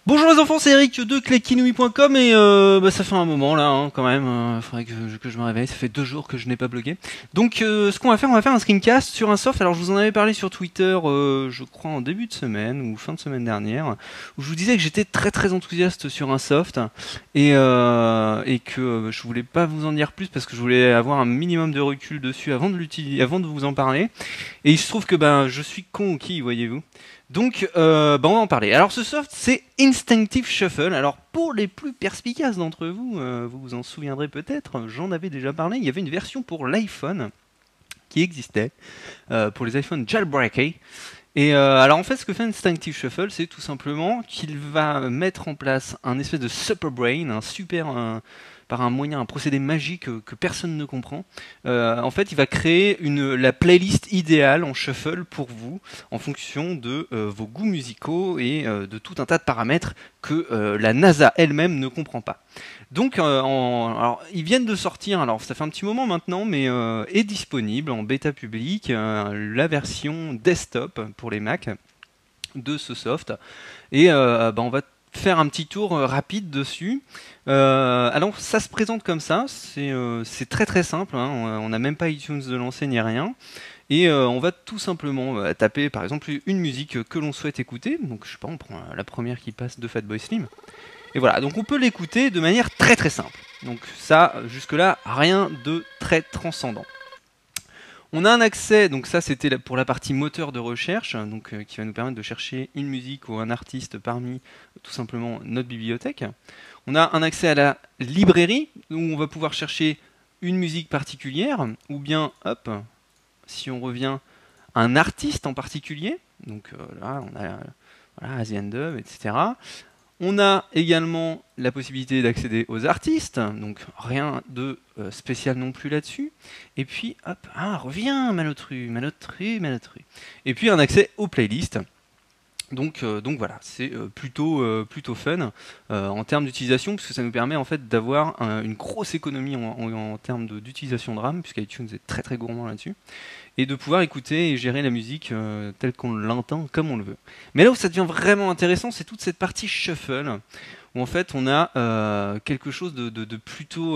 Bonjour les enfants, c'est Eric de Cléquinouille.com et ça fait un moment là hein, quand même, faudrait que je me réveille, ça fait 2 jours que je n'ai pas blogué. Donc ce qu'on va faire, on va faire un screencast sur un soft, alors je vous en avais parlé sur Twitter, je crois en début de semaine ou fin de semaine dernière, où je vous disais que j'étais très enthousiaste sur un soft et que je voulais pas vous en dire plus parce que je voulais avoir un minimum de recul dessus avant de vous en parler. Et il se trouve que je suis con qui, voyez-vous. Donc, on va en parler. Alors, ce soft, c'est Instinctive Shuffle. Alors, pour les plus perspicaces d'entre vous, vous vous en souviendrez peut-être, j'en avais déjà parlé. Il y avait une version pour l'iPhone qui existait, pour les iPhones jailbreakés. Et alors, en fait, ce que fait Instinctive Shuffle, c'est tout simplement qu'il va mettre en place un espèce de super brain, par un moyen, un procédé magique que personne ne comprend. En fait, il va créer la playlist idéale en shuffle pour vous, en fonction de vos goûts musicaux et de tout un tas de paramètres que la NASA elle-même ne comprend pas. Donc, alors, ils viennent de sortir, alors ça fait un petit moment maintenant, mais est disponible en bêta publique la version desktop pour les Mac de ce soft. Et on va faire un petit tour rapide dessus. Alors ça se présente comme ça, c'est très simple, hein. On n'a même pas iTunes de lancer ni rien. Et on va tout simplement taper par exemple une musique que l'on souhaite écouter. Donc je sais pas, on prend la première qui passe de Fatboy Slim. Et voilà, donc on peut l'écouter de manière très simple. Donc ça, jusque-là, rien de très transcendant. On a un accès, donc ça c'était pour la partie moteur de recherche, donc qui va nous permettre de chercher une musique ou un artiste parmi tout simplement notre bibliothèque. On a un accès à la librairie, où on va pouvoir chercher une musique particulière, ou bien, hop, si on revient à un artiste en particulier, donc là on a voilà, Asian Dub, etc. On a également la possibilité d'accéder aux artistes, donc rien de spécial non plus là-dessus. Et puis, hop, reviens Malotru. Et puis un accès aux playlists. Donc voilà, c'est plutôt fun en termes d'utilisation, parce que ça nous permet en fait d'avoir une grosse économie en termes d'utilisation de RAM, puisqu'iTunes est très gourmand là-dessus, et de pouvoir écouter et gérer la musique telle qu'on l'entend, comme on le veut. Mais là où ça devient vraiment intéressant, c'est toute cette partie shuffle, où en fait on a quelque chose de plutôt...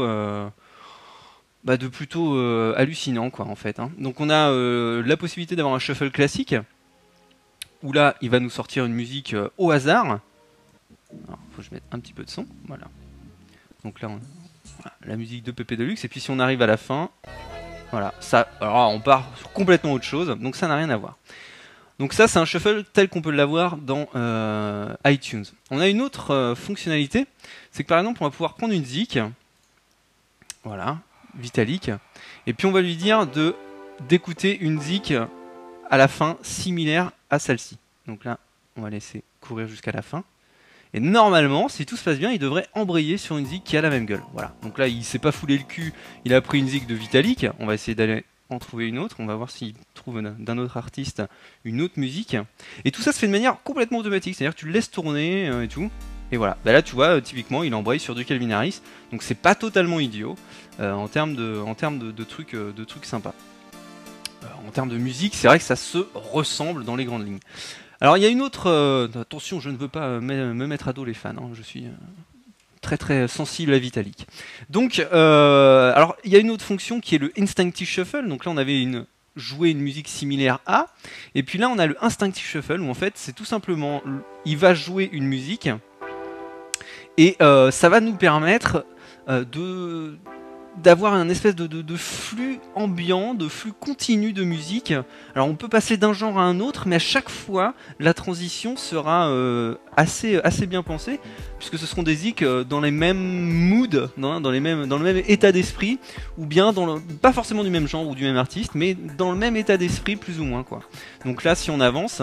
hallucinant quoi en fait, hein. Donc on a la possibilité d'avoir un shuffle classique, où là il va nous sortir une musique au hasard. Alors faut que je mette un petit peu de son, voilà. Donc là voilà, la musique de Pépé Deluxe, et puis si on arrive à la fin, voilà, ça, alors on part sur complètement autre chose, donc ça n'a rien à voir. Donc ça c'est un shuffle tel qu'on peut l'avoir dans iTunes. On a une autre fonctionnalité, c'est que par exemple on va pouvoir prendre une zik, voilà, Vitalik, et puis on va lui dire d'écouter une zik à la fin similaire à celle-ci. Donc là, on va laisser courir jusqu'à la fin. Et normalement, si tout se passe bien, il devrait embrayer sur une zik qui a la même gueule. Voilà. Donc là, il s'est pas foulé le cul, il a pris une zik de Vitalik. On va essayer d'aller en trouver une autre. On va voir s'il trouve d'un autre artiste une autre musique. Et tout ça se fait de manière complètement automatique. C'est-à-dire que tu le laisses tourner et tout. Et voilà. Là, tu vois, typiquement, il embraye sur du Calvin Harris. Donc c'est pas totalement idiot en termes de trucs sympas. En termes de musique, c'est vrai que ça se ressemble dans les grandes lignes. Alors il y a une autre... attention, je ne veux pas me mettre à dos les fans, hein, je suis très sensible à Vitalik. Donc, alors il y a une autre fonction qui est le Instinctive Shuffle. Donc là on avait joué une musique similaire à, et puis là on a le Instinctive Shuffle, où en fait c'est tout simplement, il va jouer une musique, et ça va nous permettre d'avoir un espèce de flux ambiant, de flux continu de musique. Alors on peut passer d'un genre à un autre, mais à chaque fois la transition sera assez bien pensée, puisque ce seront des zik dans les mêmes moods, dans le même état d'esprit, ou bien pas forcément du même genre ou du même artiste, mais dans le même état d'esprit plus ou moins quoi. Donc là si on avance,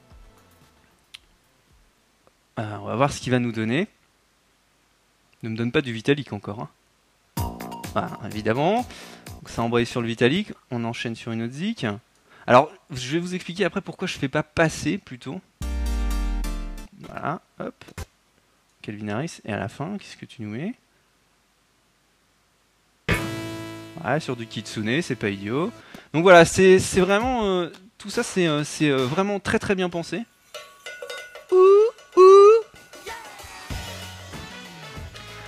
on va voir ce qu'il va nous donner. Ne me donne pas du Vitalik encore, hein. Voilà, évidemment. Donc ça embraye sur le Vitalik, on enchaîne sur une autre zik. Alors, je vais vous expliquer après pourquoi je fais pas passer plutôt. Voilà, hop. Calvin Harris, et à la fin, qu'est-ce que tu nous mets? Voilà, sur du Kitsune, c'est pas idiot. Donc voilà, c'est vraiment... tout ça, c'est vraiment très bien pensé.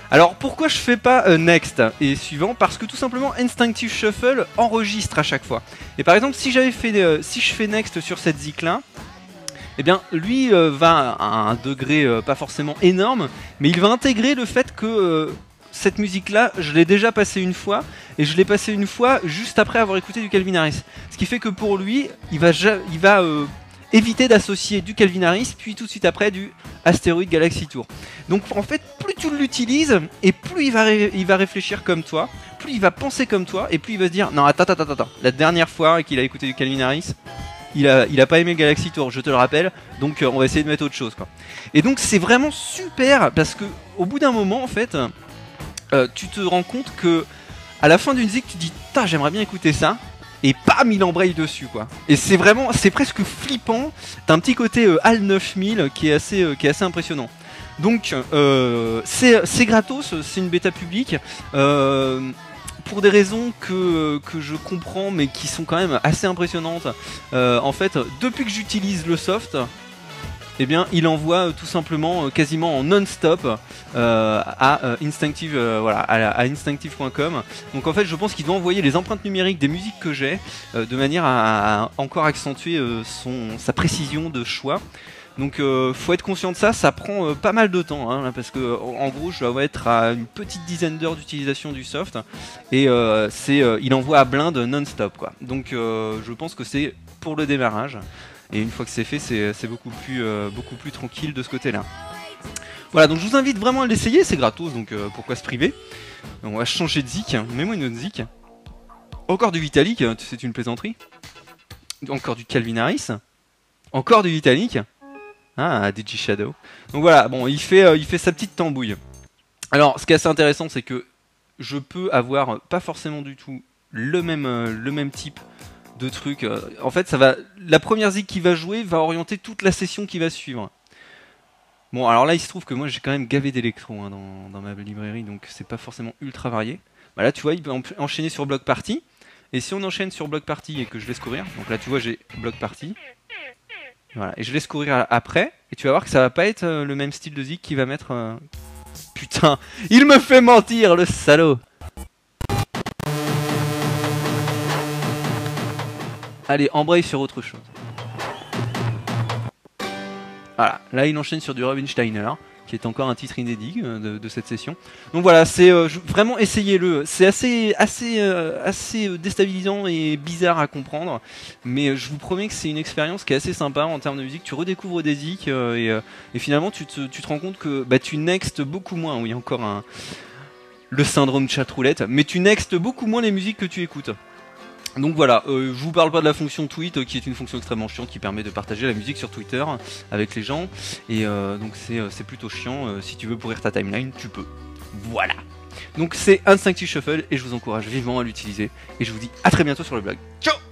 Alors pourquoi je fais pas next et suivant? Parce que tout simplement Instinctive Shuffle enregistre à chaque fois. Et par exemple si j'avais fait si je fais next sur cette zik là, eh bien lui va à un degré pas forcément énorme, mais il va intégrer le fait que cette musique là je l'ai déjà passée une fois, et je l'ai passée une fois juste après avoir écouté du Calvin Harris. Ce qui fait que pour lui il va éviter d'associer du Calvin Harris puis tout de suite après du Asteroid Galaxy Tour. Donc en fait plus tu l'utilises et plus il va réfléchir comme toi, plus il va penser comme toi, et plus il va se dire non attends, la dernière fois qu'il a écouté du Calvin Harris, il a pas aimé le Galaxy Tour, je te le rappelle, donc on va essayer de mettre autre chose quoi. Et donc c'est vraiment super parce que au bout d'un moment en fait tu te rends compte que à la fin d'une zik tu dis putain j'aimerais bien écouter ça, et bam il embraye dessus quoi. Et c'est vraiment, c'est presque flippant, t'as un petit côté HAL 9000 qui est assez impressionnant. Donc c'est gratos, c'est une bêta publique, pour des raisons que je comprends mais qui sont quand même assez impressionnantes. En fait depuis que j'utilise le soft, eh bien, il envoie tout simplement quasiment en non-stop à Instinctive, voilà, à instinctive.com. Donc en fait, je pense qu'il doit envoyer les empreintes numériques des musiques que j'ai de manière à encore accentuer sa précision de choix. Donc faut être conscient de ça, ça prend pas mal de temps, hein, parce que en gros je dois être à une petite dizaine d'heures d'utilisation du soft, et il envoie à blinde non-stop quoi. Donc je pense que c'est pour le démarrage. Et une fois que c'est fait, c'est beaucoup plus tranquille de ce côté-là. Voilà, donc je vous invite vraiment à l'essayer, c'est gratos, donc pourquoi se priver. On va changer de zik, mets-moi une autre zik. Encore du Vitalik, c'est une plaisanterie. Encore du Calvin Harris. Encore du Vitalik. Ah, DJ Shadow. Donc voilà, bon, il fait sa petite tambouille. Alors, ce qui est assez intéressant, c'est que je peux avoir pas forcément du tout le même type de trucs. En fait, la première zik qui va jouer va orienter toute la session qui va suivre. Bon, alors là, il se trouve que moi, j'ai quand même gavé d'électro hein, dans ma librairie, donc c'est pas forcément ultra varié. Bah là, tu vois, il peut enchaîner sur Block Party. Et si on enchaîne sur Block Party et que je laisse courir, donc là, tu vois, j'ai Block Party. Voilà, et je laisse courir après, et tu vas voir que ça va pas être le même style de zik qui va mettre... Putain, il me fait mentir, le salaud! Allez, embraye sur autre chose. Voilà, là il enchaîne sur du Rubinsteiner, qui est encore un titre inédit de cette session. Donc voilà, c'est vraiment essayez-le. C'est assez déstabilisant et bizarre à comprendre, mais je vous promets que c'est une expérience qui est assez sympa en termes de musique. Tu redécouvres des zik et finalement tu te rends compte que bah, tu next beaucoup moins. Oui, encore le syndrome chatroulette, mais tu next beaucoup moins les musiques que tu écoutes. Donc voilà, je vous parle pas de la fonction tweet qui est une fonction extrêmement chiante qui permet de partager la musique sur Twitter avec les gens, et donc c'est plutôt chiant. Si tu veux pourrir ta timeline, tu peux. Voilà. Donc c'est Instinctive Shuffle et je vous encourage vivement à l'utiliser, et je vous dis à très bientôt sur le blog. Ciao.